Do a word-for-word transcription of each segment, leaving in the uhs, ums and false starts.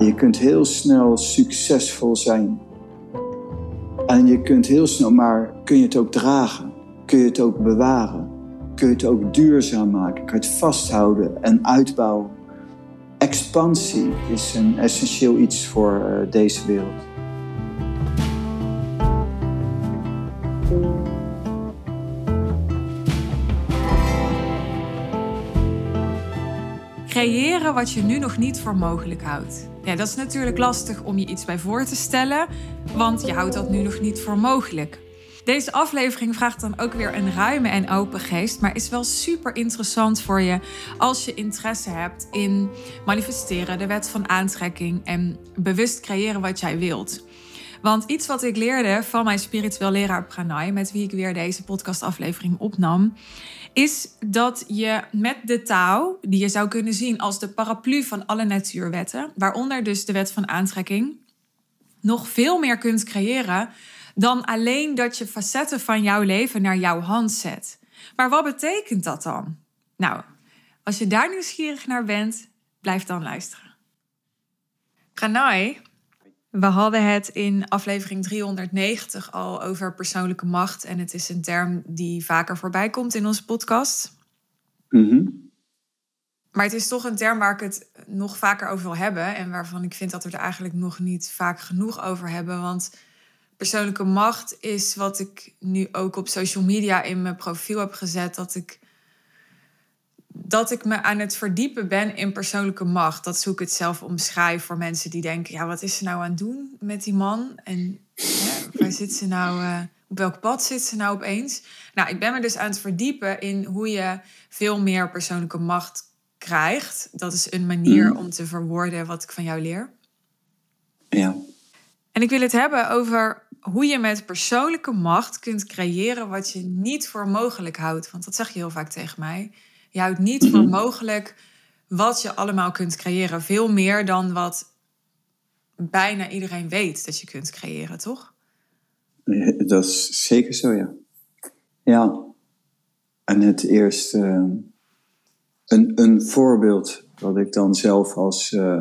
Je kunt heel snel succesvol zijn. En je kunt heel snel, maar kun je het ook dragen? Kun je het ook bewaren? Kun je het ook duurzaam maken? Kun je het vasthouden en uitbouwen? Expansie is een essentieel iets voor uh, deze wereld. Creëren wat je nu nog niet voor mogelijk houdt. Ja, dat is natuurlijk lastig om je iets bij voor te stellen, want je houdt dat nu nog niet voor mogelijk. Deze aflevering vraagt dan ook weer een ruime en open geest, maar is wel super interessant voor je als je interesse hebt in manifesteren, de wet van aantrekking en bewust creëren wat jij wilt. Want iets wat ik leerde van mijn spiritueel leraar Pranay, met wie ik weer deze podcastaflevering opnam, is dat je met de Tao, die je zou kunnen zien als de paraplu van alle natuurwetten, waaronder dus de wet van aantrekking, nog veel meer kunt creëren dan alleen dat je facetten van jouw leven naar jouw hand zet. Maar wat betekent dat dan? Nou, als je daar nieuwsgierig naar bent, blijf dan luisteren. Pranay, we hadden het in aflevering driehonderdnegentig al over persoonlijke macht. En het is een term die vaker voorbij komt in onze podcast. Mm-hmm. Maar het is toch een term waar ik het nog vaker over wil hebben. En waarvan ik vind dat we er eigenlijk nog niet vaak genoeg over hebben. Want persoonlijke macht is wat ik nu ook op social media in mijn profiel heb gezet. Dat ik, dat ik me aan het verdiepen ben in persoonlijke macht. Dat is hoe ik het zelf omschrijf voor mensen die denken, ja, wat is ze nou aan het doen met die man? En ja, waar zit ze nou, uh, op welk pad zit ze nou opeens? Nou, ik ben me dus aan het verdiepen in hoe je veel meer persoonlijke macht krijgt. Dat is een manier mm. om te verwoorden wat ik van jou leer. Ja. En ik wil het hebben over hoe je met persoonlijke macht kunt creëren wat je niet voor mogelijk houdt. Want dat zeg je heel vaak tegen mij. Je houdt niet mm-hmm. voor mogelijk wat je allemaal kunt creëren. Veel meer dan wat bijna iedereen weet dat je kunt creëren, toch? Ja, dat is zeker zo, ja. Ja. En het eerste, uh, een, een voorbeeld wat ik dan zelf als uh,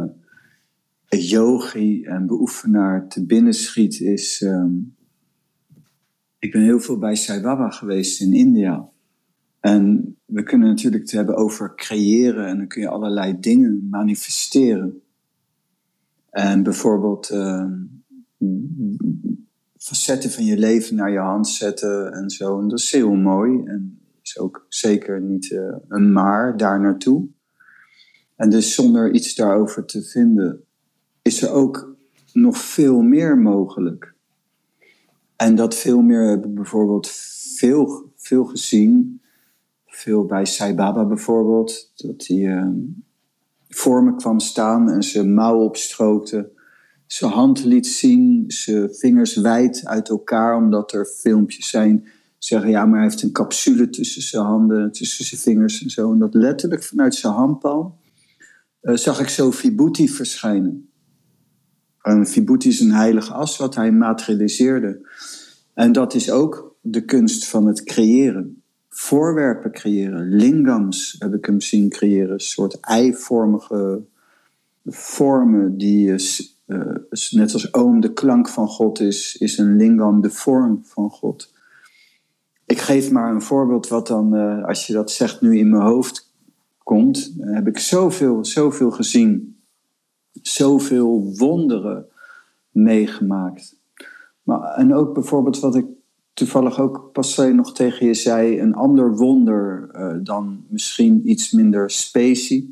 yogi en beoefenaar te binnen schiet is, Um, ik ben heel veel bij Sai Baba geweest in India. En we kunnen natuurlijk het hebben over creëren en dan kun je allerlei dingen manifesteren. En bijvoorbeeld uh, facetten van je leven naar je hand zetten en zo. En dat is heel mooi en is ook zeker niet uh, een maar daar naartoe. En dus zonder iets daarover te vinden is er ook nog veel meer mogelijk. En dat veel meer heb ik bijvoorbeeld veel, veel gezien. Veel bij Sai Baba bijvoorbeeld. Dat hij uh, voor me kwam staan en zijn mouw opstrookte. Zijn hand liet zien, zijn vingers wijd uit elkaar. Omdat er filmpjes zijn zeggen, ja, maar hij heeft een capsule tussen zijn handen, tussen zijn vingers en zo. En dat letterlijk vanuit zijn handpalm uh, zag ik zo Vibhuti verschijnen. En Vibhuti is een heilige as wat hij materialiseerde. En dat is ook de kunst van het creëren. Voorwerpen creëren. Lingams heb ik hem zien creëren. Een soort eivormige vormen die, uh, net als Om de klank van God is, is een lingam de vorm van God. Ik geef maar een voorbeeld wat dan, uh, als je dat zegt, nu in mijn hoofd komt. Uh, heb ik zoveel, zoveel gezien. Zoveel wonderen meegemaakt. Maar, en ook bijvoorbeeld wat ik toevallig ook pas nog tegen je zei, een ander wonder uh, dan misschien iets minder specie.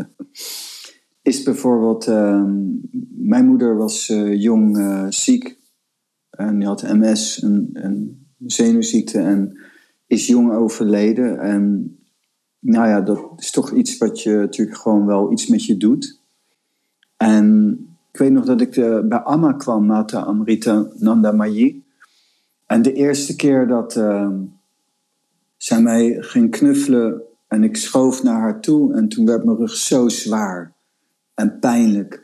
Is bijvoorbeeld, uh, mijn moeder was uh, jong uh, ziek. En die had M S, een, een zenuwziekte, en is jong overleden. En nou ja, dat is toch iets wat je natuurlijk gewoon wel iets met je doet. En ik weet nog dat ik uh, bij Amma kwam, Mata Amrita Nandamayi. En de eerste keer dat uh, zij mij ging knuffelen en ik schoof naar haar toe. En toen werd mijn rug zo zwaar en pijnlijk.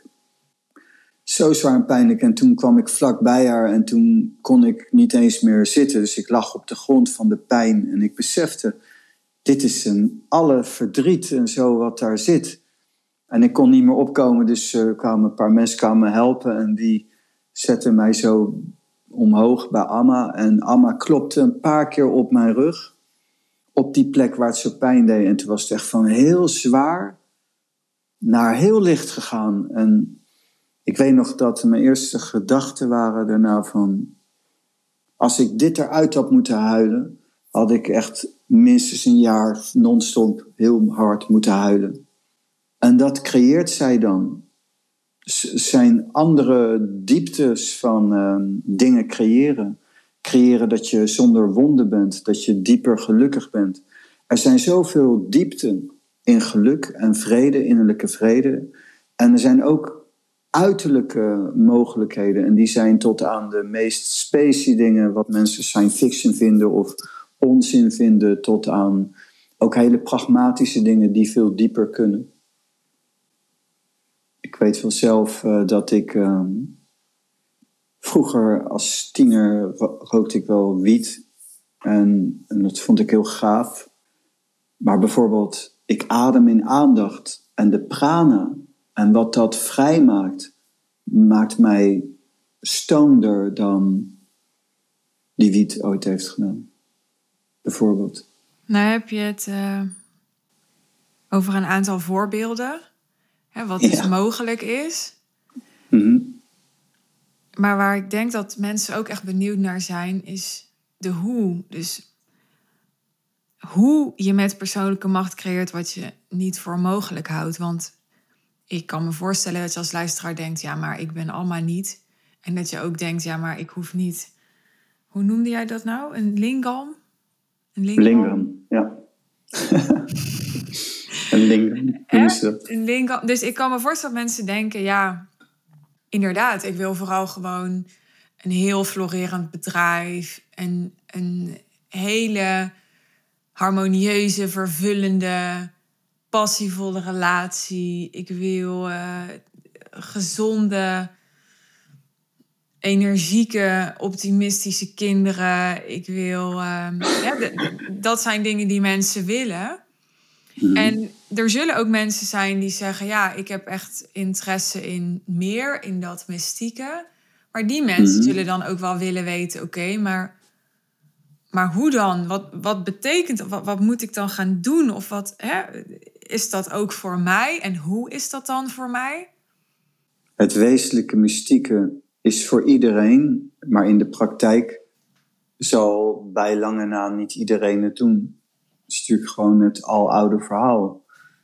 Zo zwaar en pijnlijk. En toen kwam ik vlak bij haar en toen kon ik niet eens meer zitten. Dus ik lag op de grond van de pijn. En ik besefte, dit is een alle verdriet en zo wat daar zit. En ik kon niet meer opkomen, dus er kwamen een paar mensen kwamen me helpen. En die zetten mij zo omhoog bij Amma. En Amma klopte een paar keer op mijn rug. Op die plek waar het zo pijn deed. En toen was het echt van heel zwaar naar heel licht gegaan. En ik weet nog dat mijn eerste gedachten waren daarna van... Als ik dit eruit had moeten huilen, had ik echt minstens een jaar non-stop heel hard moeten huilen. En dat creëert zij dan. Z- zijn andere dieptes van uh, dingen creëren. Creëren dat je zonder wonden bent, dat je dieper gelukkig bent. Er zijn zoveel diepten in geluk en vrede, innerlijke vrede. En er zijn ook uiterlijke mogelijkheden. En die zijn tot aan de meest specie dingen, wat mensen science fiction vinden of onzin vinden, tot aan ook hele pragmatische dingen die veel dieper kunnen. Ik weet wel zelf uh, dat ik uh, vroeger als tiener ro- rookte ik wel wiet. En, en dat vond ik heel gaaf. Maar bijvoorbeeld, ik adem in aandacht en de prana en wat dat vrijmaakt, maakt mij stoneder dan die wiet ooit heeft gedaan. Bijvoorbeeld. Nou heb je het uh, over een aantal voorbeelden. Hè, wat Ja. dus mogelijk is. Mm-hmm. Maar waar ik denk dat mensen ook echt benieuwd naar zijn, is de hoe. Dus hoe je met persoonlijke macht creëert wat je niet voor mogelijk houdt. Want ik kan me voorstellen dat je als luisteraar denkt, ja, maar ik ben Amma niet. En dat je ook denkt, ja, maar ik hoef niet... Hoe noemde jij dat nou? Een lingam? Een lingam, lingam ja. Een lingam, hoe is dat? Een lingam. Dus ik kan me voorstellen dat mensen denken, ja, inderdaad, ik wil vooral gewoon een heel florerend bedrijf. En een hele harmonieuze, vervullende, passievolle relatie. Ik wil uh, gezonde, energieke, optimistische kinderen. Ik wil... Uh, ja, de, de, dat zijn dingen die mensen willen. Mm. En er zullen ook mensen zijn die zeggen, ja, ik heb echt interesse in meer, in dat mystieke. Maar die mensen mm. zullen dan ook wel willen weten, oké, okay, maar... Maar hoe dan? Wat, wat betekent dat? Wat, wat moet ik dan gaan doen? Of wat, hè? Is dat ook voor mij? En hoe is dat dan voor mij? Het wezenlijke mystieke is voor iedereen, maar in de praktijk zal bij lange na niet iedereen het doen. Het is natuurlijk gewoon het aloude verhaal.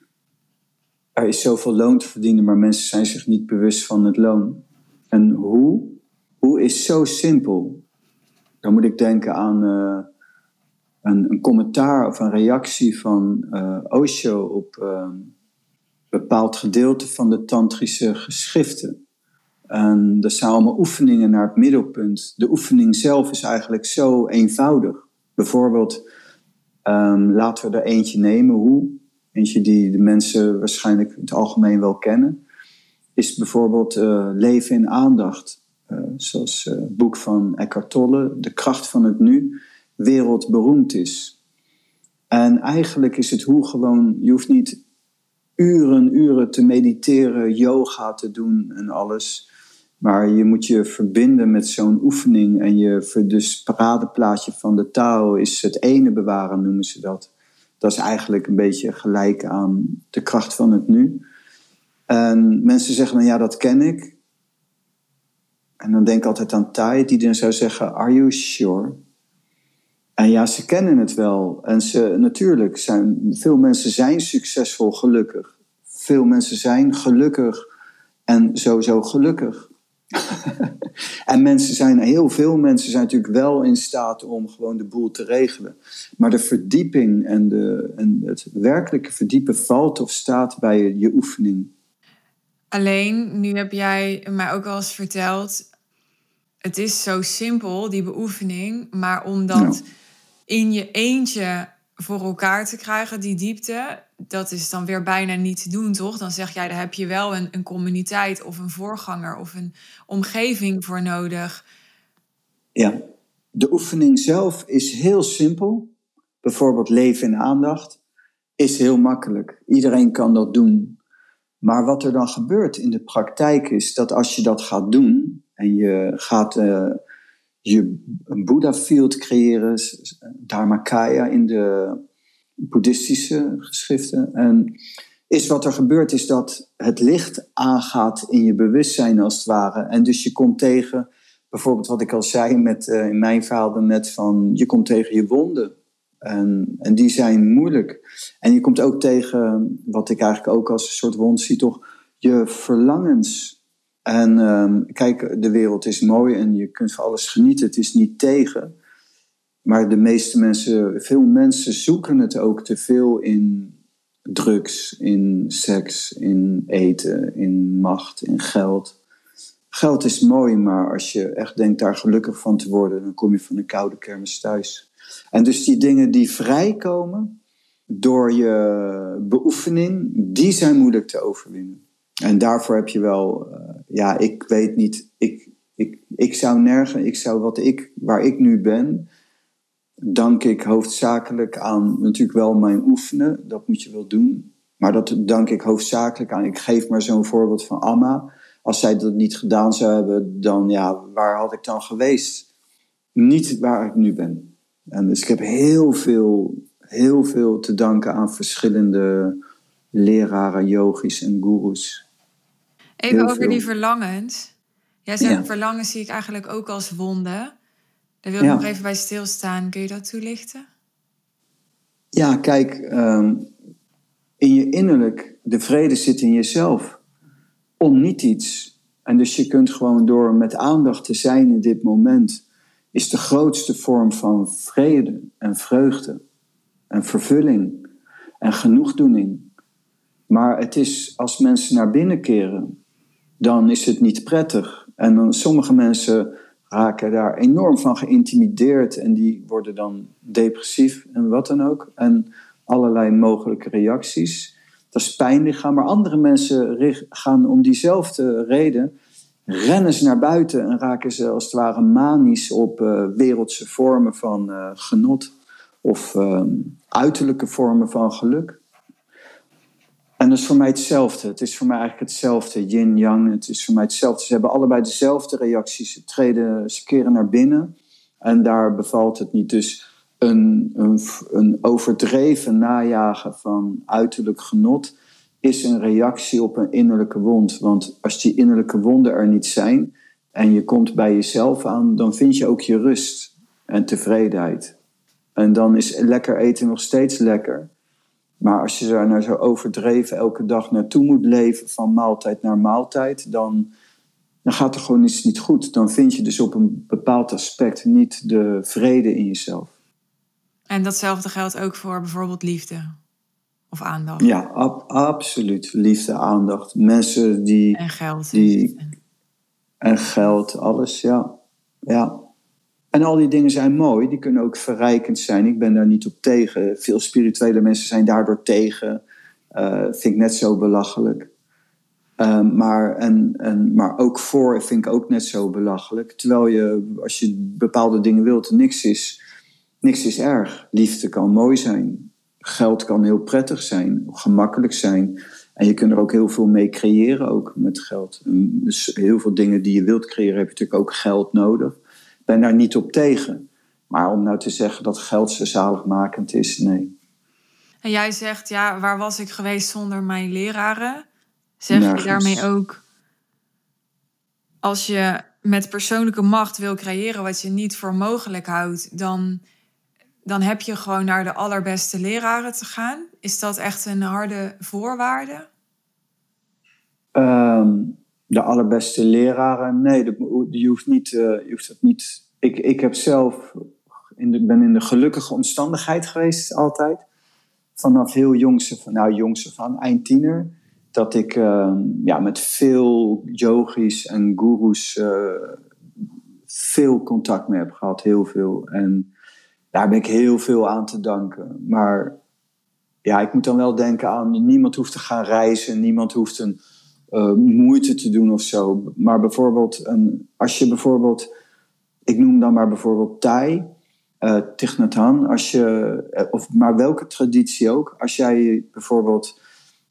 Er is zoveel loon te verdienen, maar mensen zijn zich niet bewust van het loon. En hoe? Hoe is zo simpel. Dan moet ik denken aan uh, een, een commentaar of een reactie van uh, Osho op uh, een bepaald gedeelte van de tantrische geschriften. En dat zijn allemaal oefeningen naar het middelpunt. De oefening zelf is eigenlijk zo eenvoudig. Bijvoorbeeld, um, laten we er eentje nemen. Hoe? Eentje die de mensen waarschijnlijk in het algemeen wel kennen. Is bijvoorbeeld uh, leven in aandacht. Uh, zoals het uh, boek van Eckhart Tolle, De kracht van het nu, wereldberoemd is. En eigenlijk is het hoe gewoon, je hoeft niet uren, uren te mediteren, yoga te doen en alles. Maar je moet je verbinden met zo'n oefening. En je, dus paradeplaatje van de Tao is het ene bewaren, noemen ze dat. Dat is eigenlijk een beetje gelijk aan de kracht van het nu. En mensen zeggen dan, ja, dat ken ik. En dan denk ik altijd aan Thai, die dan zou zeggen, are you sure? En ja, ze kennen het wel. En ze, natuurlijk, zijn, veel mensen zijn succesvol gelukkig. Veel mensen zijn gelukkig en sowieso gelukkig. En mensen zijn, heel veel mensen zijn natuurlijk wel in staat om gewoon de boel te regelen. Maar de verdieping en, de, en het werkelijke verdiepen valt of staat bij je oefening. Alleen, nu heb jij mij ook al eens verteld, het is zo simpel, die beoefening, maar om dat ja. in je eentje voor elkaar te krijgen, die diepte, dat is dan weer bijna niet te doen, toch? Dan zeg jij, daar heb je wel een, een communiteit of een voorganger of een omgeving voor nodig. Ja, de oefening zelf is heel simpel. Bijvoorbeeld leven in aandacht is heel makkelijk. Iedereen kan dat doen. Maar wat er dan gebeurt in de praktijk is dat als je dat gaat doen en je gaat uh, je een Buddha field creëren, Dharmakaya in de boeddhistische geschriften, en is wat er gebeurt is dat het licht aangaat in je bewustzijn als het ware. En dus je komt tegen, bijvoorbeeld wat ik al zei met, uh, in mijn verhaal net van, je komt tegen je wonden. En, en die zijn moeilijk. En je komt ook tegen, wat ik eigenlijk ook als een soort wond zie, toch je verlangens. En um, kijk, de wereld is mooi en je kunt van alles genieten. Het is niet tegen. Maar de meeste mensen, veel mensen zoeken het ook te veel in drugs, in seks, in eten, in macht, in geld. Geld is mooi, maar als je echt denkt daar gelukkig van te worden, dan kom je van een koude kermis thuis. En dus die dingen die vrijkomen door je beoefening, die zijn moeilijk te overwinnen. En daarvoor heb je wel, uh, ja, ik weet niet, ik, ik, ik zou nergens, ik zou wat ik, waar ik nu ben, dank ik hoofdzakelijk aan natuurlijk wel mijn oefenen, dat moet je wel doen. Maar dat dank ik hoofdzakelijk aan, ik geef maar zo'n voorbeeld van Amma. Als zij dat niet gedaan zou hebben, dan ja, waar had ik dan geweest? Niet waar ik nu ben. En dus ik heb heel veel, heel veel te danken aan verschillende leraren, yogis en goeroes. Even heel over veel. die verlangens. Jij zegt, Ja. verlangens zie ik eigenlijk ook als wonden. Daar wil ik Ja. nog even bij stilstaan. Kun je dat toelichten? Ja, kijk, um, in je innerlijk, de vrede zit in jezelf. Om niet iets. En dus je kunt gewoon door met aandacht te zijn in dit moment, is de grootste vorm van vrede en vreugde en vervulling en genoegdoening. Maar het is, als mensen naar binnen keren, dan is het niet prettig. En dan, sommige mensen raken daar enorm van geïntimideerd en die worden dan depressief en wat dan ook. En allerlei mogelijke reacties. Dat is pijnlichaam. Maar andere mensen gaan om diezelfde reden, rennen ze naar buiten en raken ze als het ware manisch op uh, wereldse vormen van uh, genot of uh, uiterlijke vormen van geluk. En dat is voor mij hetzelfde. Het is voor mij eigenlijk hetzelfde. Yin-yang, het is voor mij hetzelfde. Ze hebben allebei dezelfde reacties. Ze, treden, ze keren naar binnen en daar bevalt het niet. Dus een, een, een overdreven najagen van uiterlijk genot is een reactie op een innerlijke wond. Want als die innerlijke wonden er niet zijn en je komt bij jezelf aan, dan vind je ook je rust en tevredenheid. En dan is lekker eten nog steeds lekker. Maar als je daar nou zo overdreven elke dag naartoe moet leven, van maaltijd naar maaltijd, dan, dan gaat er gewoon iets niet goed. Dan vind je dus op een bepaald aspect niet de vrede in jezelf. En datzelfde geldt ook voor bijvoorbeeld liefde of aandacht. Ja, ab- absoluut. Liefde, aandacht. Mensen die... En geld. Die, en geld, alles, ja. ja. En al die dingen zijn mooi, die kunnen ook verrijkend zijn. Ik ben daar niet op tegen. Veel spirituele mensen zijn daardoor tegen. Uh, vind ik net zo belachelijk. Uh, maar, en, en, maar ook voor vind ik ook net zo belachelijk. Terwijl je, als je bepaalde dingen wilt, niks is, niks is erg. Liefde kan mooi zijn. Geld kan heel prettig zijn, gemakkelijk zijn. En je kunt er ook heel veel mee creëren, ook met geld. Dus heel veel dingen die je wilt creëren, heb je natuurlijk ook geld nodig. Ik ben daar niet op tegen. Maar om nou te zeggen dat geld zo zaligmakend is, nee. En jij zegt, ja, waar was ik geweest zonder mijn leraren? Zeg Nergens. je daarmee ook, als je met persoonlijke macht wil creëren wat je niet voor mogelijk houdt, dan, dan heb je gewoon naar de allerbeste leraren te gaan? Is dat echt een harde voorwaarde? Um, de allerbeste leraren? Nee, dat, je hoeft niet... Uh, je hoeft dat niet. Ik, ik heb zelf... In de, ben in de gelukkige omstandigheid geweest altijd. Vanaf heel jongs van, nou jongs van eind tiener. Dat ik uh, ja, met veel yogis en goeroes uh, veel contact mee heb gehad. Heel veel. En daar ben ik heel veel aan te danken. Maar ja, ik moet dan wel denken aan... Niemand hoeft te gaan reizen. Niemand hoeft een uh, moeite te doen of zo. Maar bijvoorbeeld... Een, als je bijvoorbeeld... Ik noem dan maar bijvoorbeeld Thai... Uh, Thich Nhat Hanh, als je, of maar welke traditie ook, als jij bijvoorbeeld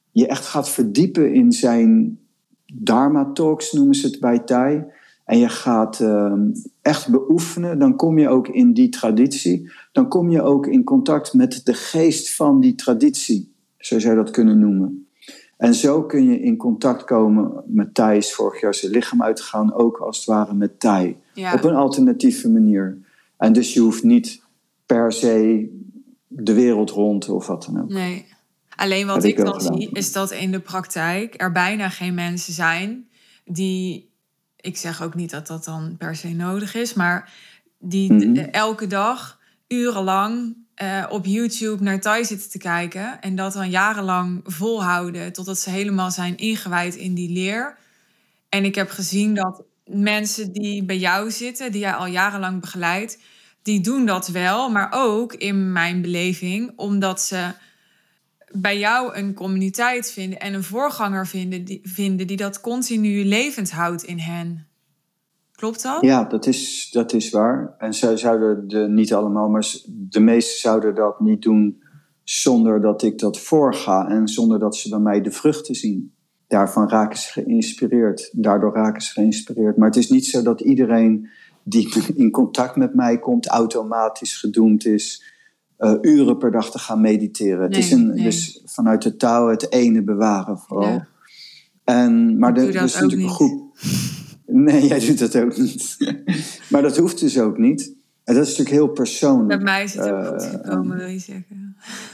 je echt gaat verdiepen in zijn Dharma talks, noemen ze het bij Thai. En je gaat uh, echt beoefenen, dan kom je ook in die traditie. Dan kom je ook in contact met de geest van die traditie. Zo zou je dat kunnen noemen. En zo kun je in contact komen met Thai. Is vorig jaar zijn lichaam uitgegaan, ook als het ware met Thai. Ja. Op een alternatieve manier. En dus je hoeft niet per se de wereld rond of wat dan ook. Nee. Alleen wat ik, ik dan zie, is dat in de praktijk er bijna geen mensen zijn die... Ik zeg ook niet dat dat dan per se nodig is, maar die mm-hmm. d- elke dag urenlang uh, op YouTube naar Thai zitten te kijken en dat dan jarenlang volhouden totdat ze helemaal zijn ingewijd in die leer. En ik heb gezien dat mensen die bij jou zitten, die jij al jarenlang begeleidt, die doen dat wel, maar ook in mijn beleving, omdat ze bij jou een communiteit vinden en een voorganger vinden die, vinden die dat continu levend houdt in hen. Klopt dat? Ja, dat is, dat is waar. En zij zouden de, niet allemaal, maar de meesten zouden dat niet doen zonder dat ik dat voorga en zonder dat ze bij mij de vruchten zien. Daarvan raken ze geïnspireerd. Daardoor raken ze geïnspireerd. Maar het is niet zo dat iedereen die in contact met mij komt automatisch gedoemd is Uh, uren per dag te gaan mediteren. Nee, het is een, nee. Dus vanuit de touw het ene bewaren vooral. Ja. En, maar er is natuurlijk een groep... Nee, jij doet dat ook niet. Maar dat hoeft dus ook niet. En dat is natuurlijk heel persoonlijk. Bij mij is het ook uh, goed gekomen, wil je zeggen.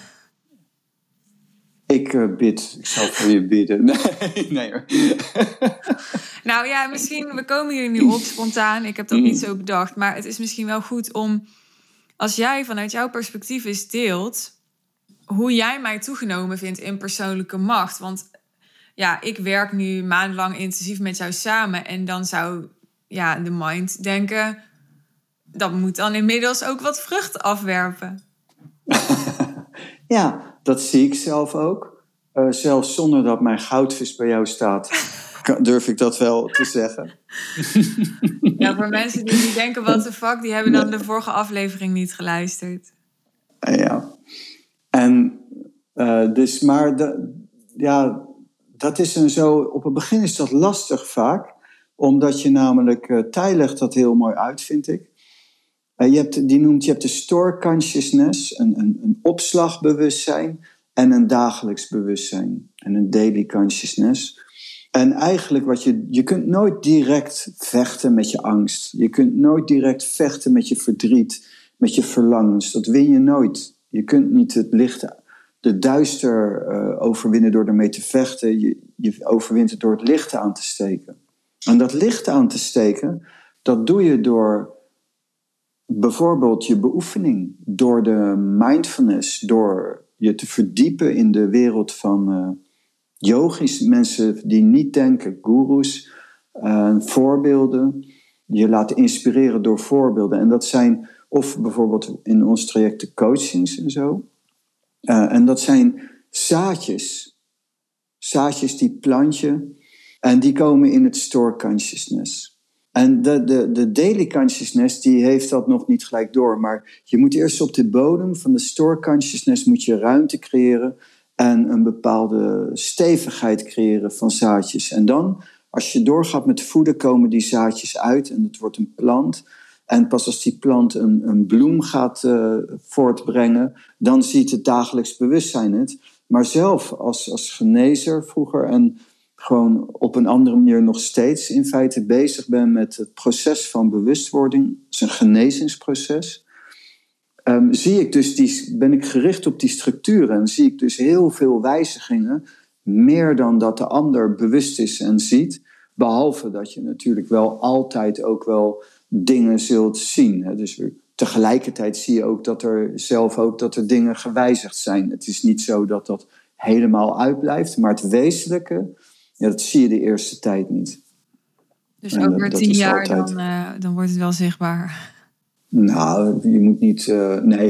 Ik uh, bid. Ik zal voor je bidden. Nee, nee hoor. Nou ja, misschien... We komen hier nu op spontaan. Ik heb dat niet zo bedacht. Maar het is misschien wel goed om... Als jij vanuit jouw perspectief eens deelt hoe jij mij toegenomen vindt in persoonlijke macht. Want ja, ik werk nu maandenlang intensief met jou samen. En dan zou ja, de mind denken, dat moet dan inmiddels ook wat vrucht afwerpen. Ja, dat zie ik zelf ook. Uh, zelfs zonder dat mijn goudvis bij jou staat, durf ik dat wel te zeggen. Ja, voor mensen die, die denken, what the fuck, die hebben dan de vorige aflevering niet geluisterd. Ja. En uh, dus, maar de, ja, dat is een zo, op het begin is dat lastig vaak, omdat je namelijk, uh, Thai legt dat heel mooi uit, vind ik. Uh, je hebt, die noemt, je hebt de store consciousness, een, een, een opslagbewustzijn en een dagelijks bewustzijn. En een daily consciousness. En eigenlijk wat je, je kunt nooit direct vechten met je angst. Je kunt nooit direct vechten met je verdriet, met je verlangens. Dat win je nooit. Je kunt niet het licht, de duister uh, overwinnen door ermee te vechten. Je, je overwint het door het licht aan te steken. En dat licht aan te steken, dat doe je door bijvoorbeeld je beoefening. Door de mindfulness, door je te verdiepen in de wereld van... Uh, Yogis, mensen die niet denken, goeroes, uh, voorbeelden. Je laten inspireren door voorbeelden. En dat zijn, of bijvoorbeeld in ons traject de coachings en zo. Uh, en dat zijn zaadjes. Zaadjes die plant je. En die komen in het store consciousness. En de, de, de daily consciousness, die heeft dat nog niet gelijk door. Maar je moet eerst op de bodem van de store consciousness moet je ruimte creëren. En een bepaalde stevigheid creëren van zaadjes. En dan, als je doorgaat met voeden, komen die zaadjes uit. En het wordt een plant. En pas als die plant een, een bloem gaat uh, voortbrengen, dan ziet het dagelijks bewustzijn het. Maar zelf als, als genezer vroeger en gewoon op een andere manier nog steeds in feite bezig ben met het proces van bewustwording. Het is een genezingsproces. Um, zie ik dus die, ben ik gericht op die structuren en zie ik dus heel veel wijzigingen, meer dan dat de ander bewust is en ziet, behalve dat je natuurlijk wel altijd ook wel dingen zult zien. Hè. Dus tegelijkertijd zie je ook dat er zelf ook dat er dingen gewijzigd zijn. Het is niet zo dat dat helemaal uitblijft, maar het wezenlijke, ja, dat zie je de eerste tijd niet. Dus over tien jaar altijd... dan, uh, dan wordt het wel zichtbaar. Nou, je moet niet... Uh, nee,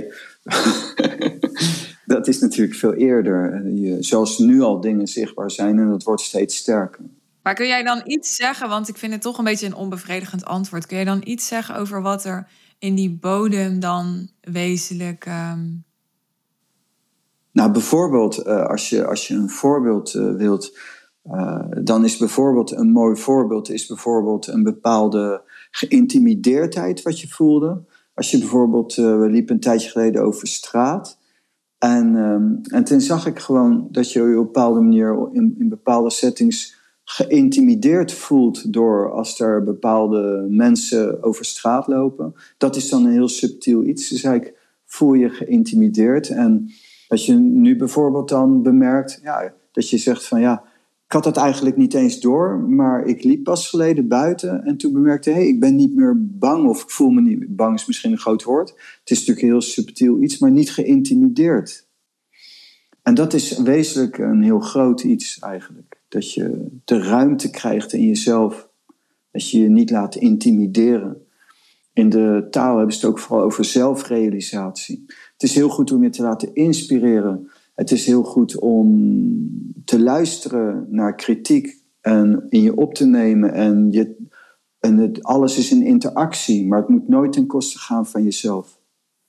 dat is natuurlijk veel eerder. Je, zoals nu al dingen zichtbaar zijn en dat wordt steeds sterker. Maar kun jij dan iets zeggen, want ik vind het toch een beetje een onbevredigend antwoord. Kun jij dan iets zeggen over wat er in die bodem dan wezenlijk um, Nou, bijvoorbeeld, uh, als, je, als je een voorbeeld uh, wilt, uh, dan is bijvoorbeeld een mooi voorbeeld is bijvoorbeeld een bepaalde geïntimideerdheid wat je voelde. Als je bijvoorbeeld, uh, we liepen een tijdje geleden over straat. En, um, en toen zag ik gewoon dat je op een bepaalde manier in, in bepaalde settings geïntimideerd voelt door als er bepaalde mensen over straat lopen. Dat is dan een heel subtiel iets. Dus eigenlijk voel je geïntimideerd. En dat je nu bijvoorbeeld dan bemerkt, ja, dat je zegt van ja, ik had dat eigenlijk niet eens door, maar ik liep pas geleden buiten en toen bemerkte, hé, hey, ik ben niet meer bang of ik voel me niet, bang is misschien een groot woord. Het is natuurlijk een heel subtiel iets, maar niet geïntimideerd. En dat is wezenlijk een heel groot iets eigenlijk. Dat je de ruimte krijgt in jezelf. Dat je je niet laat intimideren. In de taal hebben ze het ook vooral over zelfrealisatie. Het is heel goed om je te laten inspireren. Het is heel goed om te luisteren naar kritiek en in je op te nemen. En, je, en het, alles is een interactie, maar het moet nooit ten koste gaan van jezelf.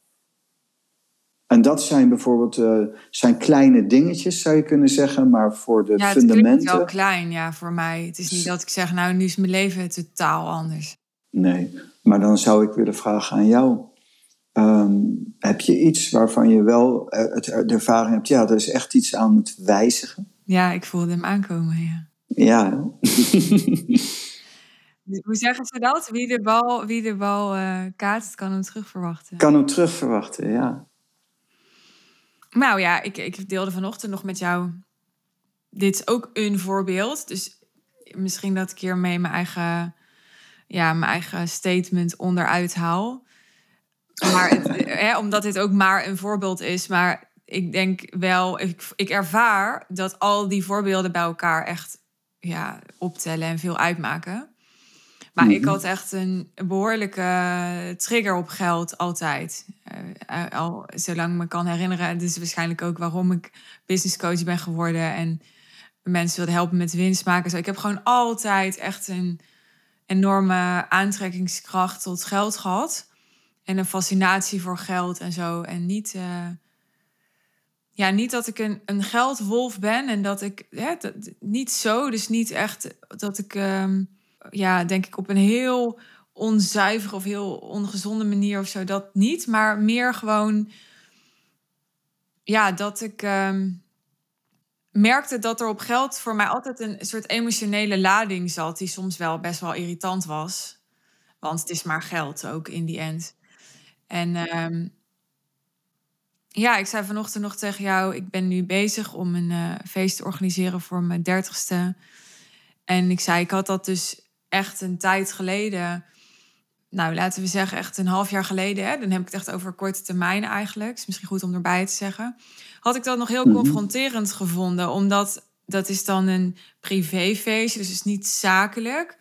En dat zijn bijvoorbeeld uh, zijn kleine dingetjes, zou je kunnen zeggen, maar voor de ja, fundamenten... Ja, het klinkt wel klein, ja, voor mij. Het is niet dat ik zeg, nou, nu is mijn leven totaal anders. Nee, maar dan zou ik willen vragen aan jou. Um, heb je iets waarvan je wel uh, het, de ervaring hebt, ja, er is echt iets aan het wijzigen? Ja, ik voelde hem aankomen, ja. Ja. Hoe zeggen ze dat? Wie de bal, wie de bal uh, kaatst, kan hem terugverwachten. Kan hem terugverwachten, ja. Nou ja, ik, ik deelde vanochtend nog met jou. Dit is ook een voorbeeld. Dus misschien dat ik hiermee mijn eigen, ja, mijn eigen statement onderuit haal. Maar het, hè, omdat dit ook maar een voorbeeld is. Maar ik denk wel, ik, ik ervaar dat al die voorbeelden bij elkaar echt ja, optellen en veel uitmaken. Maar mm-hmm. ik had echt een behoorlijke trigger op geld altijd. Uh, al zolang ik me kan herinneren. Dit is waarschijnlijk ook waarom ik business coach ben geworden. En mensen wilden helpen met winst maken. Zo, ik heb gewoon altijd echt een enorme aantrekkingskracht tot geld gehad. En een fascinatie voor geld en zo. En niet, uh, ja, niet dat ik een, een geldwolf ben. En dat ik, hè, dat, niet zo. Dus niet echt dat ik... Um, ja, denk ik op een heel onzuivere of heel ongezonde manier of zo, dat niet. Maar meer gewoon, ja, dat ik um, merkte dat er op geld voor mij altijd een soort emotionele lading zat, die soms wel best wel irritant was. Want het is maar geld ook in die end. En um, ja, ik zei vanochtend nog tegen jou, ik ben nu bezig om een uh, feest te organiseren voor mijn dertigste. En ik zei, ik had dat dus echt een tijd geleden, nou laten we zeggen echt een half jaar geleden, hè, dan heb ik het echt over korte termijn eigenlijk, het is misschien goed om erbij te zeggen, had ik dat nog heel mm-hmm. confronterend gevonden, omdat dat is dan een privéfeestje, dus het is niet zakelijk.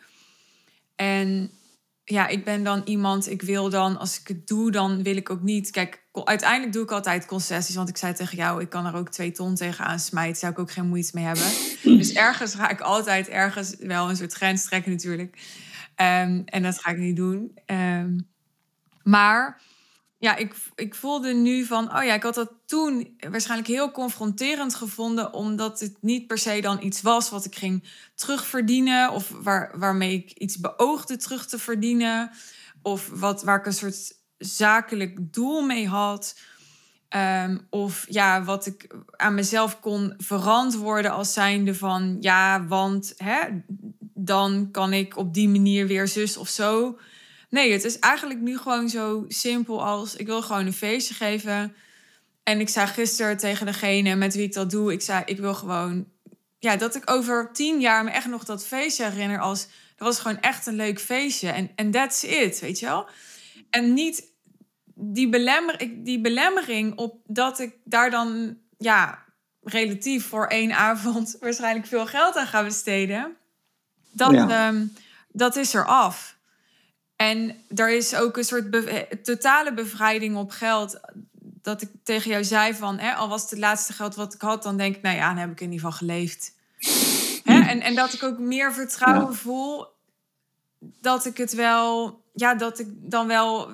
En ja, ik ben dan iemand, ik wil dan, als ik het doe, dan wil ik ook niet, kijk, uiteindelijk doe ik altijd concessies, want ik zei tegen jou, ik kan er ook twee ton tegenaan smijten, zou ik ook geen moeite mee hebben. Dus ergens ga ik altijd ergens wel een soort grens trekken natuurlijk. Um, en dat ga ik niet doen. Um, maar ja, ik, ik voelde nu van, oh ja, ik had dat toen waarschijnlijk heel confronterend gevonden, omdat het niet per se dan iets was wat ik ging terugverdienen, of waar, waarmee ik iets beoogde terug te verdienen, of wat, waar ik een soort zakelijk doel mee had. Um, of ja, wat ik aan mezelf kon verantwoorden als zijnde van, ja, want hè, dan kan ik op die manier weer zus of zo. Nee, het is eigenlijk nu gewoon zo simpel als, ik wil gewoon een feestje geven. En ik zei gisteren tegen degene met wie ik dat doe, ik zei, ik wil gewoon, ja, dat ik over tien jaar me echt nog dat feestje herinner als, dat was gewoon echt een leuk feestje. En en that's it, weet je wel? En niet die, belemmer, die belemmering op dat ik daar dan, ja, relatief voor één avond waarschijnlijk veel geld aan ga besteden. Dat, ja. um, dat is er af. En er is ook een soort be- totale bevrijding op geld. Dat ik tegen jou zei van, hè, al was het het laatste geld wat ik had, dan denk ik, nou ja, dan heb ik in ieder geval geleefd. Hè? En, en dat ik ook meer vertrouwen ja. voel dat ik het wel, ja, dat ik dan wel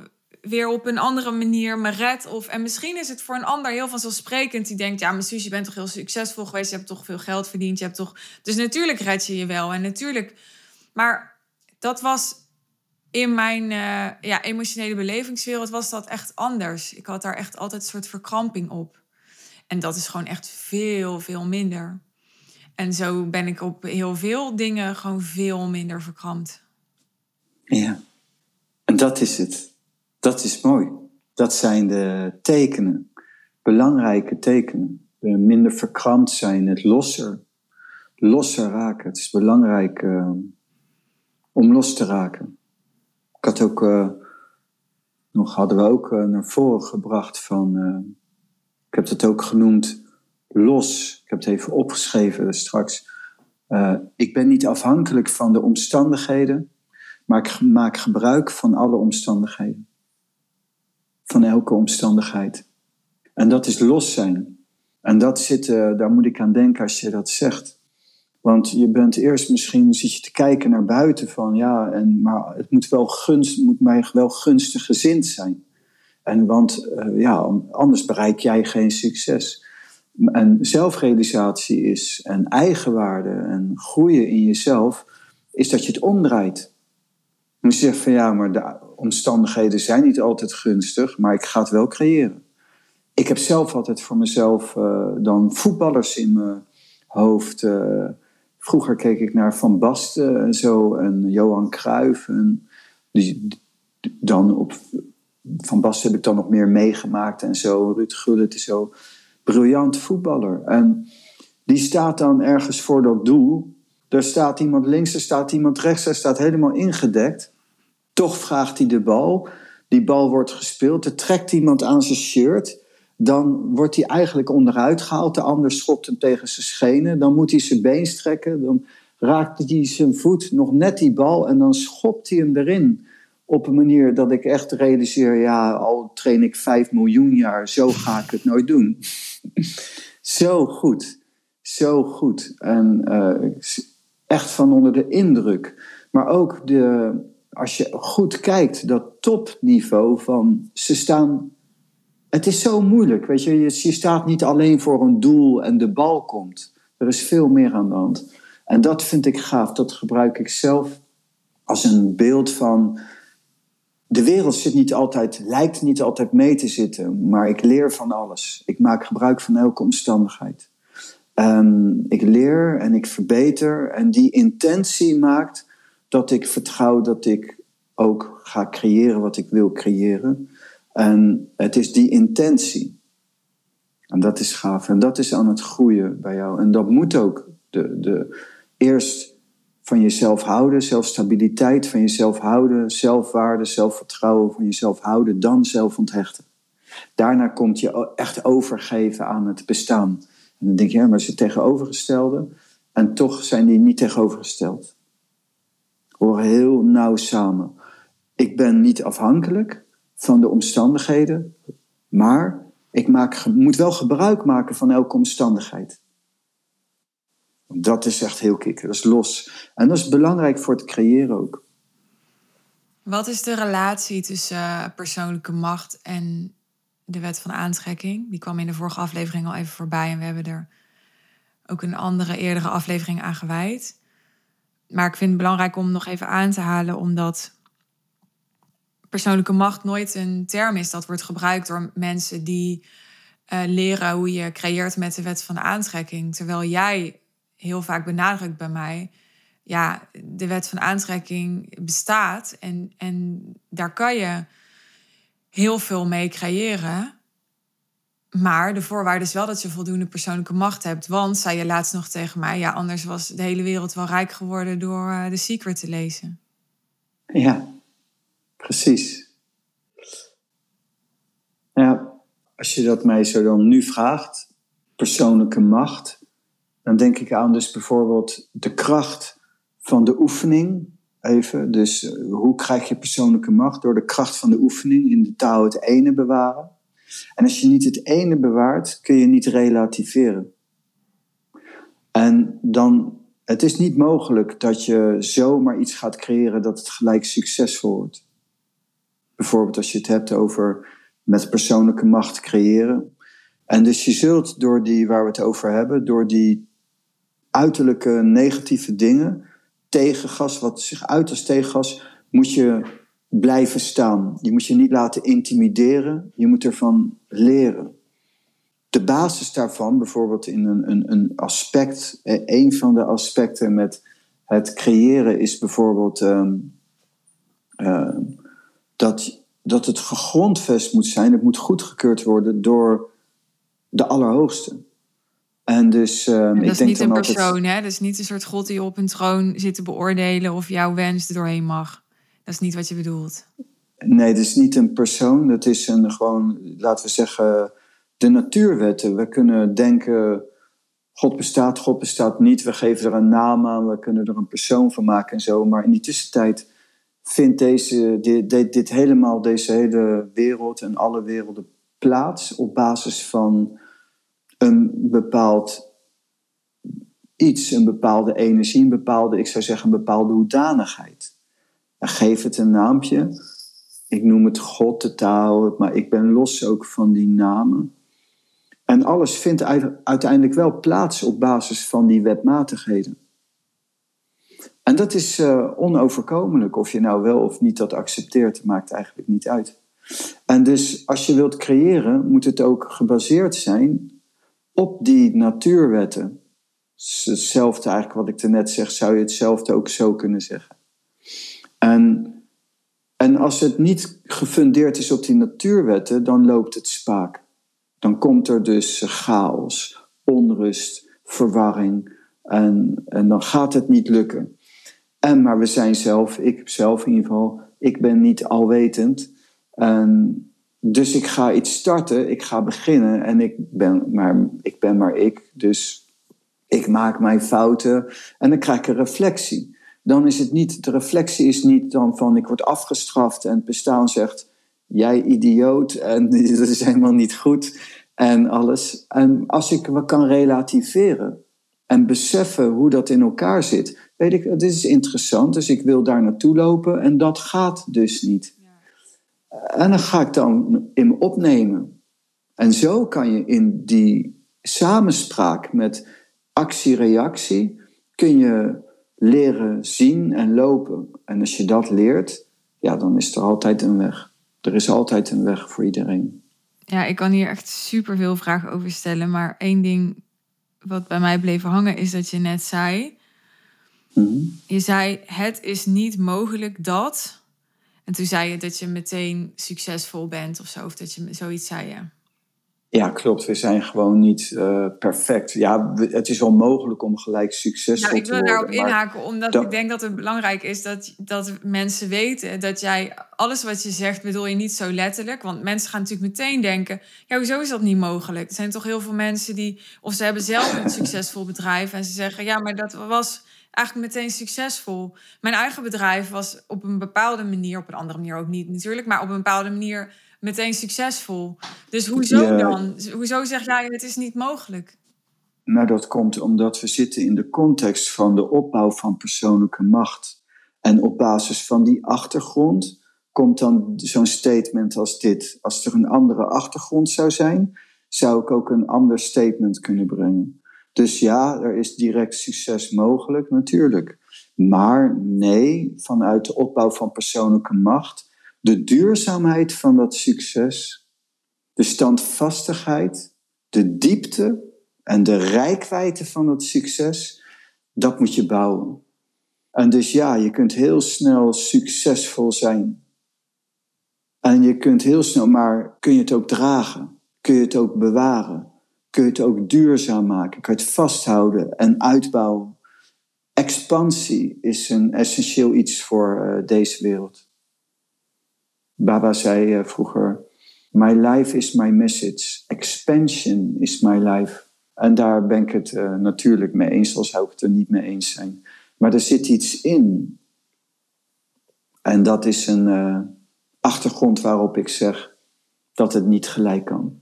weer op een andere manier me red. Of, en misschien is het voor een ander heel vanzelfsprekend. Die denkt, ja, maar Suus, je bent toch heel succesvol geweest. Je hebt toch veel geld verdiend. Je hebt toch... Dus natuurlijk red je je wel. En natuurlijk... Maar dat was in mijn uh, ja, emotionele belevingswereld was dat echt anders. Ik had daar echt altijd een soort verkramping op. En dat is gewoon echt veel, veel minder. En zo ben ik op heel veel dingen gewoon veel minder verkrampt. Ja, en dat is het. Dat is mooi. Dat zijn de tekenen. Belangrijke tekenen. De minder verkrampt zijn, het losser. Losser raken. Het is belangrijk uh, om los te raken. Ik had ook, uh, nog hadden we ook uh, naar voren gebracht van, uh, ik heb het ook genoemd, los. Ik heb het even opgeschreven straks. Uh, ik ben niet afhankelijk van de omstandigheden, maar ik maak gebruik van alle omstandigheden. Van elke omstandigheid. En dat is los zijn. En dat zit, uh, daar moet ik aan denken als je dat zegt. Want je bent eerst misschien, zit je te kijken naar buiten van, ja, en, maar het moet, wel gunst, moet mij wel gunstig gezind zijn. En want, uh, ja, anders bereik jij geen succes. En zelfrealisatie is, en eigenwaarde en groeien in jezelf, is dat je het omdraait. Je zegt van, ja, maar de omstandigheden zijn niet altijd gunstig, maar ik ga het wel creëren. Ik heb zelf altijd voor mezelf uh, dan voetballers in mijn hoofd. Uh, vroeger keek ik naar Van Basten en zo, en Johan Cruijff. En die, dan op Van Basten heb ik dan nog meer meegemaakt en zo. Ruud Gullit is zo briljant voetballer. En die staat dan ergens voor dat doel. Daar staat iemand links, er staat iemand rechts, hij staat helemaal ingedekt. Toch vraagt hij de bal. Die bal wordt gespeeld, er trekt iemand aan zijn shirt. Dan wordt hij eigenlijk onderuit gehaald. De ander schopt hem tegen zijn schenen. Dan moet hij zijn been strekken. Dan raakt hij zijn voet nog net die bal. En dan schopt hij hem erin. Op een manier dat ik echt realiseer... ja, al train ik vijf miljoen jaar... zo ga ik het nooit doen. Zo goed. Zo goed. En uh, echt van onder de indruk. Maar ook de, als je goed kijkt... dat topniveau van... ze staan... Het is zo moeilijk, weet je. Je staat niet alleen voor een doel en de bal komt. Er is veel meer aan de hand. En dat vind ik gaaf. Dat gebruik ik zelf als een beeld van... de wereld zit niet altijd, lijkt niet altijd mee te zitten. Maar ik leer van alles. Ik maak gebruik van elke omstandigheid. Um, ik leer en ik verbeter. En die intentie maakt dat ik vertrouw dat ik ook ga creëren wat ik wil creëren... En het is die intentie. En dat is gaaf. En dat is aan het groeien bij jou. En dat moet ook. De, de, eerst van jezelf houden. Zelfstabiliteit van jezelf houden. Zelfwaarde, zelfvertrouwen van jezelf houden. Dan zelf onthechten. Daarna komt je echt overgeven aan het bestaan. En dan denk je, ja, maar is het tegenovergestelde. En toch zijn die niet tegenovergesteld. Horen heel nauw samen. Ik ben niet afhankelijk van de omstandigheden, maar ik maak, moet wel gebruik maken van elke omstandigheid. Dat is echt heel kikker, dat is los. En dat is belangrijk voor het creëren ook. Wat is de relatie tussen uh, persoonlijke macht en de wet van aantrekking? Die kwam in de vorige aflevering al even voorbij en we hebben er ook een andere eerdere aflevering aan gewijd. Maar ik vind het belangrijk om nog even aan te halen, omdat persoonlijke macht nooit een term is dat wordt gebruikt door mensen die uh, leren hoe je creëert met de wet van aantrekking. Terwijl jij heel vaak benadrukt bij mij, ja, de wet van aantrekking bestaat en, en daar kan je heel veel mee creëren. Maar de voorwaarde is wel dat je voldoende persoonlijke macht hebt. Want, zei je laatst nog tegen mij, ja, anders was de hele wereld wel rijk geworden door uh, The Secret te lezen. Ja. Precies. Ja, als je dat mij zo dan nu vraagt, persoonlijke macht, dan denk ik aan dus bijvoorbeeld de kracht van de oefening. Even, dus uh, hoe krijg je persoonlijke macht? Door de kracht van de oefening, in de taal het ene bewaren. En als je niet het ene bewaart, kun je niet relativeren. En dan, het is niet mogelijk dat je zomaar iets gaat creëren dat het gelijk succesvol wordt. Bijvoorbeeld als je het hebt over met persoonlijke macht creëren. En dus je zult door die, waar we het over hebben, door die uiterlijke negatieve dingen, tegengas, wat zich uit als tegengas, moet je blijven staan. Je moet je niet laten intimideren, je moet ervan leren. De basis daarvan, bijvoorbeeld in een, een, een aspect, een van de aspecten met het creëren is bijvoorbeeld um, uh, dat, dat het gegrondvest moet zijn, het moet goedgekeurd worden door de Allerhoogste. En dus, um, en dat ik is denk niet dan een altijd, persoon, hè? Dat is niet een soort God die op een troon zit te beoordelen of jouw wens er doorheen mag. Dat is niet wat je bedoelt. Nee, dat is niet een persoon. Dat is een gewoon, laten we zeggen, de natuurwetten. We kunnen denken, God bestaat, God bestaat niet. We geven er een naam aan, we kunnen er een persoon van maken en zo. Maar in die tussentijd vindt deze, dit, dit, dit helemaal, deze hele wereld en alle werelden plaats op basis van een bepaald iets, een bepaalde energie, een bepaalde, ik zou zeggen, een bepaalde hoedanigheid. En geef het een naampje. Ik noem het God, de taal, maar ik ben los ook van die namen. En alles vindt uiteindelijk wel plaats op basis van die wetmatigheden. En dat is uh, onoverkomelijk. Of je nou wel of niet dat accepteert, maakt eigenlijk niet uit. En dus als je wilt creëren, moet het ook gebaseerd zijn op die natuurwetten. Hetzelfde eigenlijk wat ik net zeg, zou je hetzelfde ook zo kunnen zeggen. En, en als het niet gefundeerd is op die natuurwetten, dan loopt het spaak. Dan komt er dus chaos, onrust, verwarring en, en dan gaat het niet lukken. En, maar we zijn zelf, ik zelf in ieder geval, ik ben niet alwetend. En dus ik ga iets starten, ik ga beginnen en ik ben maar ik, ben maar ik. Dus ik maak mijn fouten en dan krijg ik een reflectie. Dan is het niet, de reflectie is niet dan van ik word afgestraft en het bestaan zegt, jij idioot en dat is helemaal niet goed en alles. En als ik wat kan relativeren en beseffen hoe dat in elkaar zit, weet ik, dit is interessant, dus ik wil daar naartoe lopen en dat gaat dus niet. En dan ga ik dan in me opnemen. En zo kan je in die samenspraak met actie-reactie, kun je leren zien en lopen. En als je dat leert, ja, dan is er altijd een weg. Er is altijd een weg voor iedereen. Ja, ik kan hier echt superveel vragen over stellen. Maar één ding wat bij mij bleef hangen is dat je net zei. Mm-hmm. Je zei, het is niet mogelijk dat. En toen zei je dat je meteen succesvol bent of zo. Of dat je zoiets zei, ja. Ja, klopt. We zijn gewoon niet uh, perfect. Ja, we, het is wel mogelijk om gelijk succesvol nou, te worden. Ik wil daarop inhaken, omdat dat... ik denk dat het belangrijk is dat, dat mensen weten dat jij alles wat je zegt, bedoel je niet zo letterlijk. Want mensen gaan natuurlijk meteen denken, ja, hoezo is dat niet mogelijk? Er zijn toch heel veel mensen die, of ze hebben zelf een succesvol bedrijf en ze zeggen, ja, maar dat was eigenlijk meteen succesvol. Mijn eigen bedrijf was op een bepaalde manier, op een andere manier ook niet natuurlijk, maar op een bepaalde manier meteen succesvol. Dus hoezo ja. dan? Hoezo zeg jij het is niet mogelijk? Nou, dat komt omdat we zitten in de context van de opbouw van persoonlijke macht. En op basis van die achtergrond komt dan zo'n statement als dit. Als er een andere achtergrond zou zijn, zou ik ook een ander statement kunnen brengen. Dus ja, er is direct succes mogelijk, natuurlijk. Maar nee, vanuit de opbouw van persoonlijke macht, de duurzaamheid van dat succes, de standvastigheid, de diepte en de reikwijdte van dat succes, dat moet je bouwen. En dus ja, je kunt heel snel succesvol zijn. En je kunt heel snel, maar kun je het ook dragen? Kun je het ook bewaren? Kun je het ook duurzaam maken? Kun je het vasthouden en uitbouwen? Expansie is een essentieel iets voor uh, deze wereld. Baba zei uh, vroeger, my life is my message. Expansion is my life. En daar ben ik het uh, natuurlijk mee eens, al zou ik het er niet mee eens zijn. Maar er zit iets in. En dat is een uh, achtergrond waarop ik zeg dat het niet gelijk kan.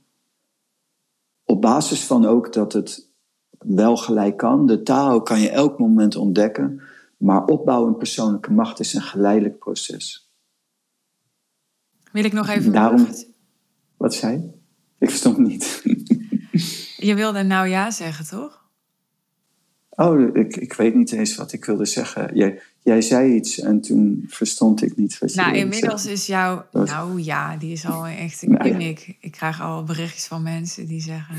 Op basis van ook dat het wel gelijk kan. De Tao kan je elk moment ontdekken. Maar opbouwen in persoonlijke macht is een geleidelijk proces. Wil ik nog even... Daarom... Wat zei je? Ik verstond het niet. Je wilde nou ja zeggen, toch? Oh, ik, ik weet niet eens wat ik wilde zeggen. Jij, jij zei iets en toen verstond ik niet wat je Nou, wilde inmiddels zeggen. is jouw... Wat? Nou ja, die is al echt een Nou, ja. gimmick. Ik krijg al berichtjes van mensen die zeggen...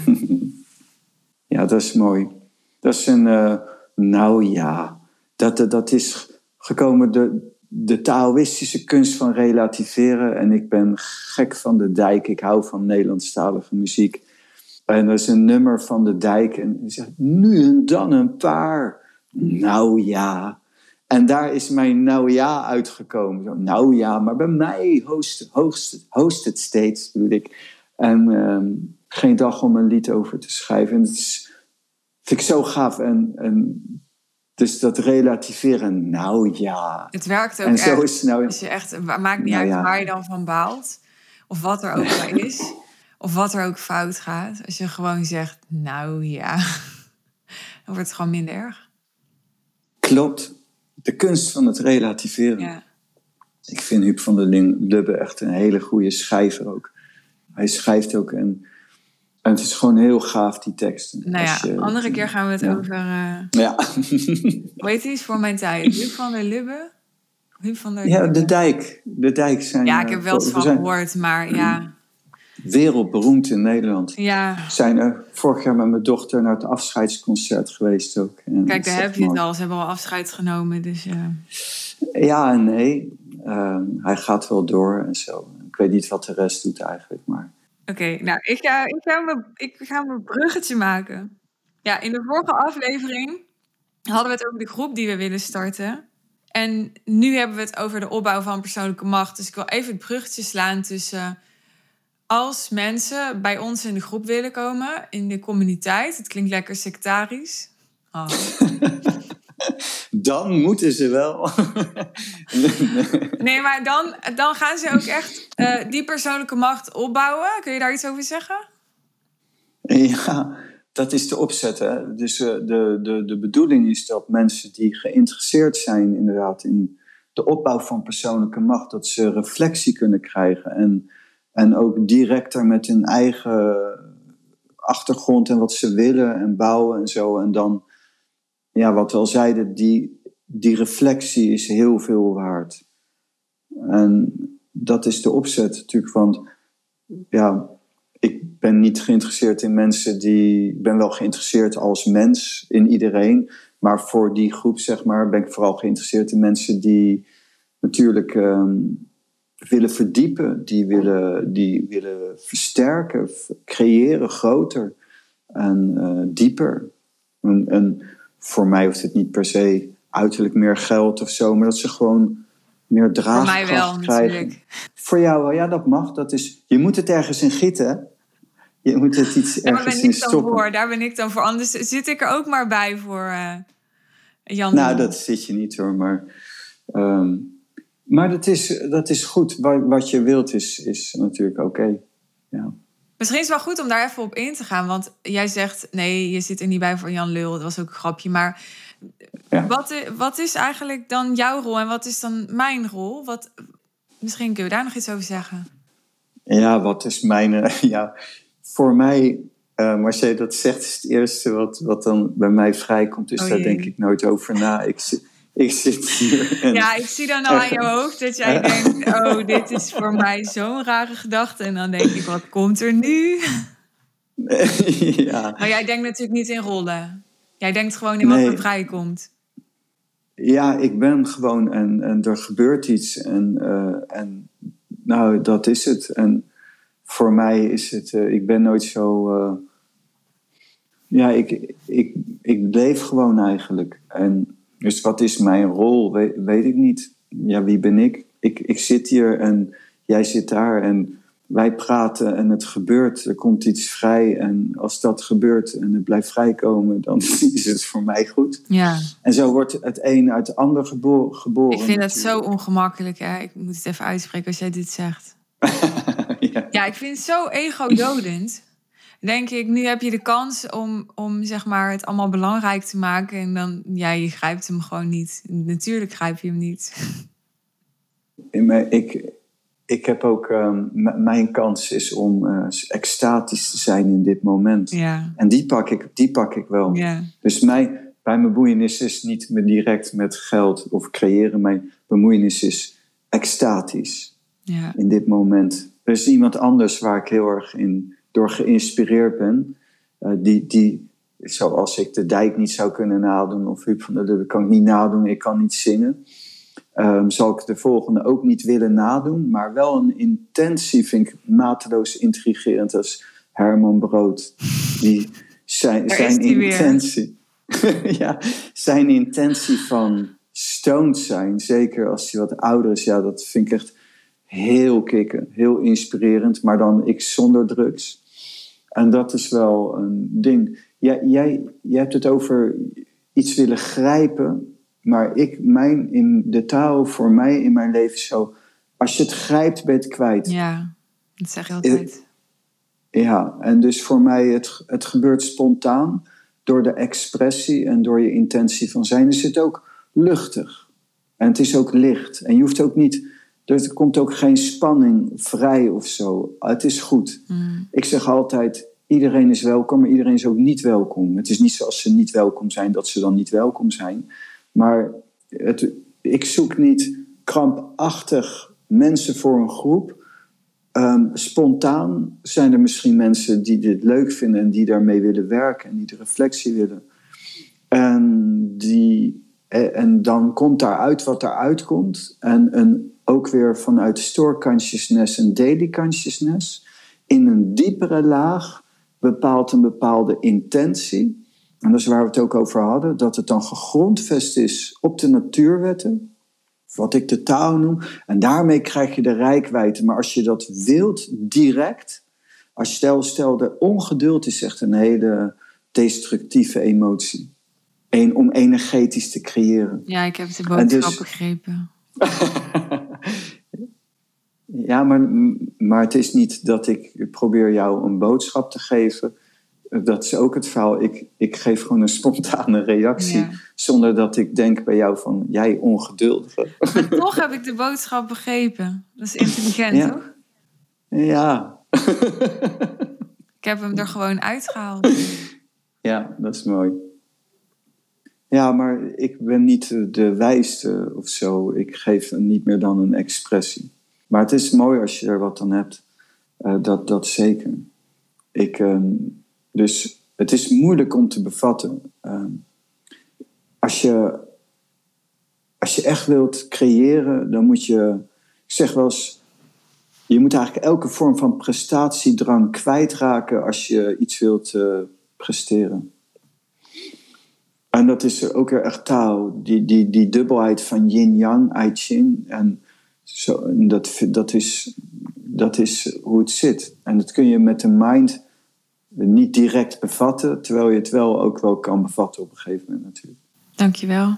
Ja, dat is mooi. Dat is een... Uh, nou ja, dat, dat is gekomen... De, de Taoïstische kunst van relativeren. En ik ben gek van de Dijk. Ik hou van Nederlandstalige muziek. En er is een nummer van de Dijk. En die zegt, nu en dan een paar. Nou ja. En daar is mijn nou ja uitgekomen. Zo, nou ja, maar bij mij host, host, host het steeds, bedoel ik. En um, geen dag om een lied over te schrijven. En dat is, vind ik zo gaaf. En, en dus dat relativeren, nou ja. Het werkt ook en echt. Zo is nou, Als je echt, het maakt niet nou uit ja. waar je dan van baalt. Of wat er ook maar is. Of wat er ook fout gaat. Als je gewoon zegt, nou ja. Dan wordt het gewoon minder erg. Klopt. De kunst van het relativeren. Ja. Ik vind Huub van der Lubbe echt een hele goede schrijver ook. Hij schrijft ook en, en het is gewoon heel gaaf, die teksten. Nou ja, je, andere keer gaan we het ja. over... Uh, ja. Hoe heet die? Is voor mijn tijd. Huub van der Lubbe? Huub van der Ja, Lubbe. de Dijk. De Dijk zijn... Ja, ik heb wel eens van gehoord, maar ja... Wereldberoemd in Nederland. Ja. Zijn er vorig jaar met mijn dochter naar het afscheidsconcert geweest ook. En kijk, daar heb je het al. Ze hebben al afscheid genomen, dus ja. Ja en nee. Uh, hij gaat wel door en zo. Ik weet niet wat de rest doet eigenlijk, maar... Oké, okay, nou, ik ga, ik, ga me, ik ga mijn bruggetje maken. Ja, in de vorige aflevering hadden we het over de groep die we willen starten. En nu hebben we het over de opbouw van persoonlijke macht. Dus ik wil even het bruggetje slaan tussen... Als mensen bij ons in de groep willen komen, in de communiteit... Het klinkt lekker sectarisch. Oh. Dan moeten ze wel. Nee, maar dan, dan gaan ze ook echt uh, die persoonlijke macht opbouwen. Kun je daar iets over zeggen? Ja, dat is de opzet. Hè? Dus uh, de, de, de bedoeling is dat mensen die geïnteresseerd zijn... inderdaad in de opbouw van persoonlijke macht... dat ze reflectie kunnen krijgen... en, en ook directer met hun eigen achtergrond... en wat ze willen en bouwen en zo. En dan, ja, wat we al zeiden... die, die reflectie is heel veel waard. En dat is de opzet natuurlijk, want... ja, ik ben niet geïnteresseerd in mensen die... Ik ben wel geïnteresseerd als mens in iedereen. Maar voor die groep, zeg maar, ben ik vooral geïnteresseerd in mensen die natuurlijk um, willen verdiepen. Die willen, die willen versterken, creëren, groter en uh, dieper. En, en voor mij hoeft het niet per se uiterlijk meer geld of zo. Maar dat ze gewoon meer draagkracht krijgen. Voor mij wel, krijgen. natuurlijk. Voor jou wel, ja, dat mag. Dat is, je moet het ergens in gieten. Je moet het iets Daar ergens ben in ik dan stoppen. voor. Daar ben ik dan voor. Anders zit ik er ook maar bij voor uh, Jan. Nou, dat zit je niet hoor. Maar, um, maar dat, is, dat is goed. Wat je wilt is, is natuurlijk oké. Okay. Ja. Misschien is het wel goed om daar even op in te gaan. Want jij zegt, nee, je zit er niet bij voor Jan Lul. Dat was ook een grapje. Maar ja. wat, wat is eigenlijk dan jouw rol? En wat is dan mijn rol? Wat, misschien kunnen we daar nog iets over zeggen. Ja, wat is mijn... Uh, ja, voor mij... Uh, als jij dat zegt, is het eerste wat, wat dan bij mij vrijkomt. Dus oh, daar denk ik nooit over na. Ik, ik zit hier... En... Ja, ik zie dan al aan je hoofd dat jij denkt... oh, dit is voor mij zo'n rare gedachte. En dan denk ik, wat komt er nu? Ja. Maar jij denkt natuurlijk niet in rollen. Jij denkt gewoon in wat nee. er vrijkomt. Ja, ik ben gewoon... En, en er gebeurt iets. En, uh, en nou, dat is het. En voor mij is het... Uh, ik ben nooit zo... Uh, ja, ik, ik, ik leef gewoon eigenlijk. En dus wat is mijn rol? Weet, weet ik niet. Ja, wie ben ik? ik? Ik zit hier en jij zit daar en wij praten en het gebeurt. Er komt iets vrij en als dat gebeurt en het blijft vrijkomen, dan is het voor mij goed. Ja. En zo wordt het een uit het ander gebo- geboren. Ik vind het zo ongemakkelijk. Hè? Ik moet het even uitspreken als jij dit zegt. ja. ja, ik vind het zo ego-dodend. Denk ik, nu heb je de kans om, om zeg maar, het allemaal belangrijk te maken. En dan, ja, je grijpt hem gewoon niet. Natuurlijk grijp je hem niet. Ik, ik heb ook... Um, m- mijn kans is om uh, extatisch te zijn in dit moment. Ja. En die pak ik, die pak ik wel. Ja. Dus mijn, mijn bemoeienis is niet me direct met geld of creëren. Mijn bemoeienis is extatisch. Ja. In dit moment. Er is iemand anders waar ik heel erg in, door geïnspireerd ben. Uh, die, die, zoals ik de dijk niet zou kunnen nadoen. Of Huub van der Lubbe kan ik niet nadoen. Ik kan niet zingen. Um, zal ik de volgende ook niet willen nadoen. Maar wel een intentie vind ik mateloos intrigerend. Als Herman Brood. Die, zijn zijn intentie. ja, zijn intentie van stoned zijn. Zeker als hij wat ouder is. Ja, dat vind ik echt heel kicken. Heel inspirerend. Maar dan ik zonder drugs. En dat is wel een ding. Jij, jij, jij hebt het over iets willen grijpen. Maar ik, mijn, in de taal voor mij in mijn leven zo... Als je het grijpt, ben je het kwijt. Ja, dat zeg je altijd. Ja, en dus voor mij, het, het gebeurt spontaan... door de expressie en door je intentie van zijn. Is het ook luchtig. En het is ook licht. En je hoeft ook niet... Er komt ook geen spanning vrij of zo. Het is goed. Mm. Ik zeg altijd... Iedereen is welkom, maar iedereen is ook niet welkom. Het is niet zoals ze niet welkom zijn... dat ze dan niet welkom zijn... Maar het, ik zoek niet krampachtig mensen voor een groep. Um, spontaan zijn er misschien mensen die dit leuk vinden... en die daarmee willen werken en die de reflectie willen. En, die, en dan komt daaruit wat daaruit komt. En een, ook weer vanuit store consciousness en daily consciousness... in een diepere laag bepaalt een bepaalde intentie... En dat is waar we het ook over hadden. Dat het dan gegrondvest is op de natuurwetten. Wat ik de taal noem. En daarmee krijg je de reikwijdte. Maar als je dat wilt, direct. Als stel, stel de ongeduld is echt een hele destructieve emotie. Eén om energetisch te creëren. Ja, ik heb de boodschap dus begrepen. ja, maar, maar het is niet dat ik probeer jou een boodschap te geven... Dat is ook het verhaal. Ik, ik geef gewoon een spontane reactie. Ja. Zonder dat ik denk bij jou van... Jij ongeduldige. Maar toch heb ik de boodschap begrepen. Dat is intelligent, ja. Toch? Ja. Ik heb hem er gewoon uitgehaald. Ja, dat is mooi. Ja, maar ik ben niet de wijste of zo. Ik geef niet meer dan een expressie. Maar het is mooi als je er wat aan hebt. Uh, dat, dat zeker. Ik... Um, Dus het is moeilijk om te bevatten. Uh, als, je, als je echt wilt creëren, dan moet je... Ik zeg wel eens... Je moet eigenlijk elke vorm van prestatiedrang kwijtraken... als je iets wilt uh, presteren. En dat is ook weer echt taal. Die, die, die dubbelheid van yin-yang, I-Ching. En zo, en dat, dat, is, dat is hoe het zit. En dat kun je met de mind... niet direct bevatten, terwijl je het wel ook wel kan bevatten op een gegeven moment natuurlijk. Dankjewel.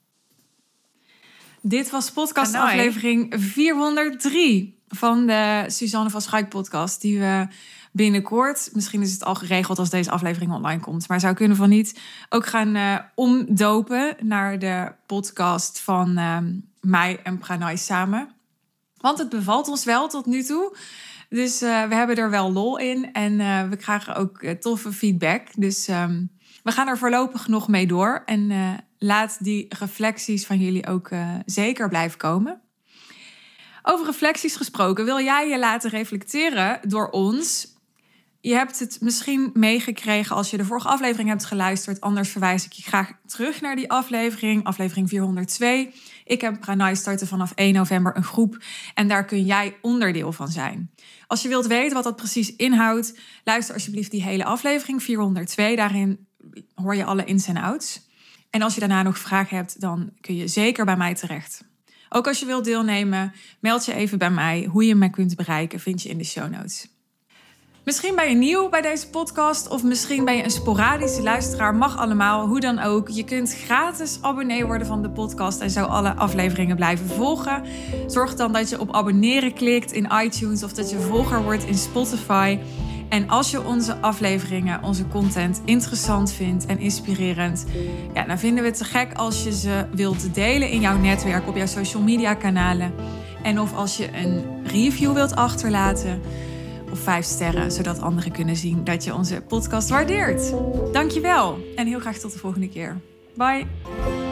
Dit was podcast aflevering vierhonderddrie van de Suzanne van Schaik podcast, die we binnenkort, misschien is het al geregeld als deze aflevering online komt, maar zou kunnen van niet, ook gaan uh, omdopen naar de podcast van uh, mij en Pranay samen. Want het bevalt ons wel tot nu toe. Dus uh, we hebben er wel lol in en uh, we krijgen ook uh, toffe feedback. Dus um, we gaan er voorlopig nog mee door. En uh, laat die reflecties van jullie ook uh, zeker blijven komen. Over reflecties gesproken, wil jij je laten reflecteren door ons? Je hebt het misschien meegekregen als je de vorige aflevering hebt geluisterd. Anders verwijs ik je graag terug naar die aflevering, aflevering vierhonderdtwee. Ik en Pranay starten vanaf één november een groep en daar kun jij onderdeel van zijn. Als je wilt weten wat dat precies inhoudt, luister alsjeblieft die hele aflevering vierhonderdtwee. Daarin hoor je alle ins en outs. En als je daarna nog vragen hebt, dan kun je zeker bij mij terecht. Ook als je wilt deelnemen, meld je even bij mij. Hoe je me kunt bereiken, vind je in de show notes. Misschien ben je nieuw bij deze podcast of misschien ben je een sporadische luisteraar. Mag allemaal, hoe dan ook. Je kunt gratis abonnee worden van de podcast en zo alle afleveringen blijven volgen. Zorg dan dat je op abonneren klikt in iTunes of dat je volger wordt in Spotify. En als je onze afleveringen, onze content interessant vindt en inspirerend, ja, dan vinden we het te gek als je ze wilt delen in jouw netwerk, op jouw social media kanalen. En of als je een review wilt achterlaten of vijf sterren, zodat anderen kunnen zien dat je onze podcast waardeert. Dankjewel en heel graag tot de volgende keer. Bye!